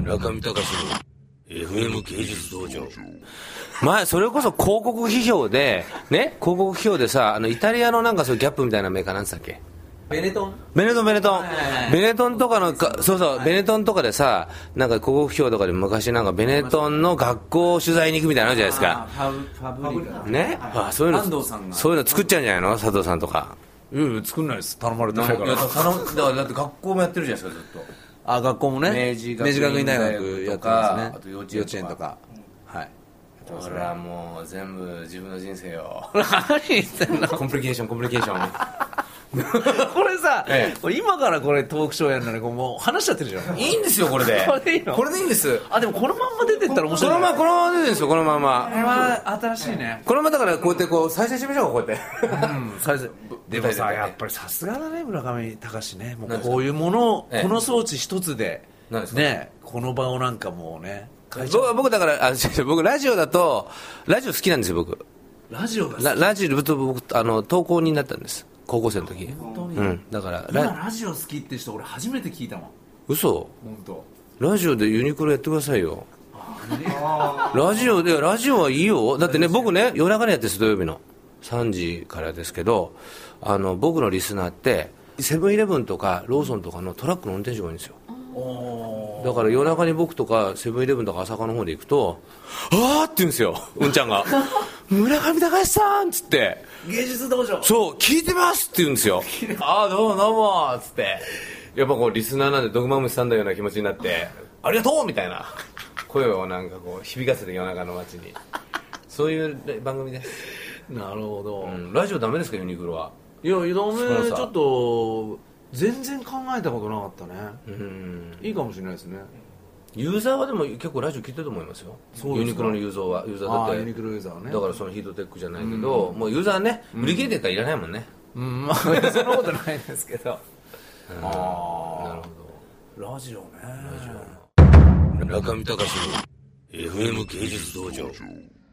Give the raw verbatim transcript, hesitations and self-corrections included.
中見隆の エフエム 芸術道場。前それこそ広告批評でね、広告批評でさ、あのイタリアのなんかそういうギャップみたいなメーカーなんつったっけ、 ベネトンベネトンベネトンベネトンとかのか、そうそう、ベネトンとかでさ、なんか広告批評とかで昔なんかベネトンの学校取材に行くみたいなのあるじゃないですか。 ファブファブリカね、あ、そういうの安藤さんがそういうの作っちゃうんじゃないの、佐藤さんとか。 いやいや作んないです、頼まれてないから。 いや頼むだからだって学校もやってるじゃないですか、ずっと。 あ、学校もね、 明治学院大学やってますね。 あと幼稚園とか幼稚園とか、はい。 俺はもう全部自分の人生を何言ってんのコンプリケーションコンプリケーションこれさ、 ええこれ今からこれトークショーやるのにこうもう話しちゃってるじゃん。 いいんですよこれでこれでいいのこれでいいんです。 あ、でもこのまんま出てったら面こ白いね。 のままこのまま出てるんですよ、このままこれは新しいね。 このままだからこうやってこう再生しましょう、こうやってうん、最初でもさ、 舞台でやっぱりさすがだね、村上隆ね。もうこういうものを、 ええこの装置一つで何ですかね、この場をなんかもうね変えちゃう。 僕僕だからあ僕ラジオだとラジオ好きなんですよ、僕ラジオが好き。 ララジオと僕あの投稿になったんです、高校生の時。 本当に、 うんだから今ララジオ好きって人俺初めて聞いたもん。 嘘、 本当。 ラジオでユニクロやってくださいよ。ラジオでラジオはいいよ。だってね、僕ね夜中にやってるんです、土曜日のさんじからですけど、あの僕のリスナーってセブンイレブンとかローソンとかのトラックの運転手が多いんですよ。だから夜中に僕とかセブンイレブンとか朝霞の方で行くと、あーって言うんですよ、うんちゃんが村上隆さんっつって、 芸術道場。 そう聞いてますって言うんですよあーどうもどうもっつって、やっぱこうリスナーなんでドグマムシさんだような気持ちになって、ありがとうみたいな声をなんかこう響かせて夜中の街に、そういう番組です。 なるほど、 うん、ラジオダメですか、ユニクロは。 いや、ダメ、ちそうさょっと全然考えたことなかったね。 うんいいかもしれないですね。 ユーザーはでも結構ラジオ聞いてると思いますよ。 そうですか。 ユニクロのユーザーはユーザーだってあーユニクロユーザーはね。 だからそのヒートテックじゃないけど、もうユーザーね売り切れてるからいらないもんね。 うん、まあそんなことないですけどあああなるほラジオね。 ど。中見隆の エフエム 芸術道場。